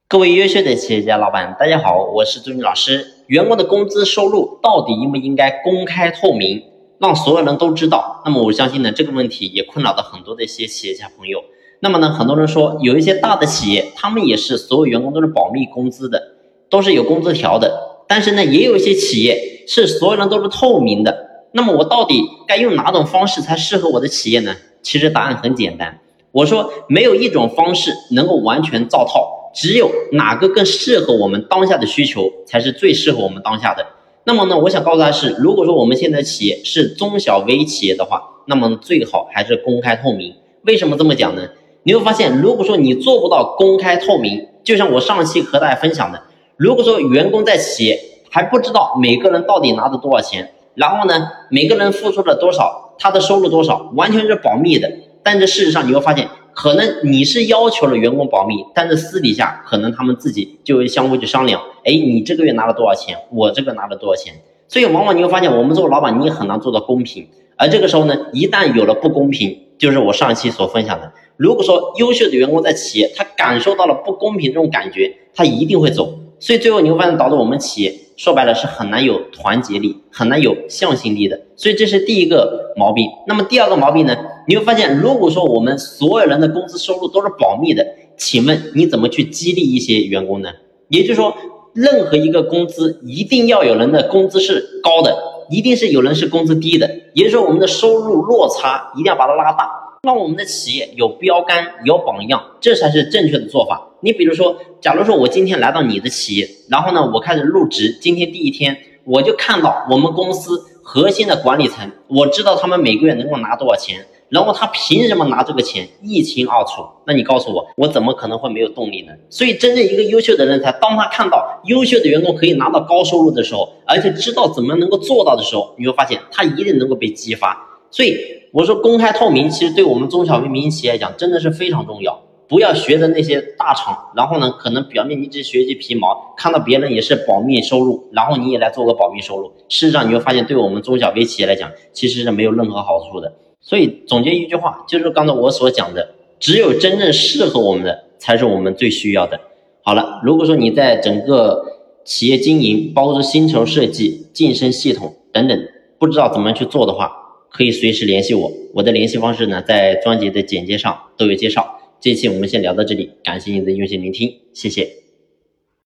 各位优秀的企业家老板，大家好，我是朱军老师。员工的工资收入到底应不应该公开透明，让所有人都知道？那么我相信呢，这个问题也困扰到很多的一些企业家朋友。那么呢，很多人说有一些大的企业，他们也是所有员工都是保密工资的，都是有工资条的。但是呢，也有一些企业是所有人都是透明的。那么我到底该用哪种方式才适合我的企业呢？其实答案很简单，我说没有一种方式能够完全照套，只有哪个更适合我们当下的需求才是最适合我们当下的。那么呢，我想告诉大家是，如果说我们现在的企业是中小微企业的话，那么最好还是公开透明。为什么这么讲呢？你会发现，如果说你做不到公开透明，就像我上期和大家分享的，如果说员工在企业还不知道每个人到底拿着多少钱，然后呢，每个人付出了多少，他的收入多少，完全是保密的。但是事实上你会发现，可能你是要求了员工保密，但是私底下可能他们自己就会相互去商量，你这个月拿了多少钱，我这个拿了多少钱。所以往往你会发现，我们做老板你也很难做到公平。而这个时候呢，一旦有了不公平，就是我上一期所分享的，如果说优秀的员工在企业他感受到了不公平这种感觉，他一定会走。所以最后你会发现，导致我们企业说白了是很难有团结力，很难有向心力的。所以这是第一个毛病。那么第二个毛病呢，你会发现，如果说我们所有人的工资收入都是保密的，请问你怎么去激励一些员工呢？也就是说，任何一个工资一定要有人的工资是高的，一定是有人是工资低的。也就是说，我们的收入落差一定要把它拉大，让我们的企业有标杆有榜样，这才是正确的做法。你比如说，假如说我今天来到你的企业，然后呢，我开始入职，今天第一天我就看到我们公司核心的管理层，我知道他们每个月能够拿多少钱，然后他凭什么拿这个钱一清二楚，那你告诉我，我怎么可能会没有动力呢？所以真正一个优秀的人才，当他看到优秀的员工可以拿到高收入的时候，而且知道怎么能够做到的时候，你会发现他一定能够被激发。所以我说公开透明其实对我们中小微民营企业来讲真的是非常重要。不要学的那些大厂，然后呢，可能表面你只学一些皮毛，看到别人也是保密收入，然后你也来做个保密收入，事实上你会发现对我们中小微企业来讲其实是没有任何好处的。所以总结一句话，就是刚才我所讲的，只有真正适合我们的才是我们最需要的。好了，如果说你在整个企业经营，包括薪酬设计、晋升系统等等，不知道怎么去做的话，可以随时联系我，我的联系方式呢在专辑的简介上都有介绍。这期我们先聊到这里，感谢你的用心聆听，谢谢。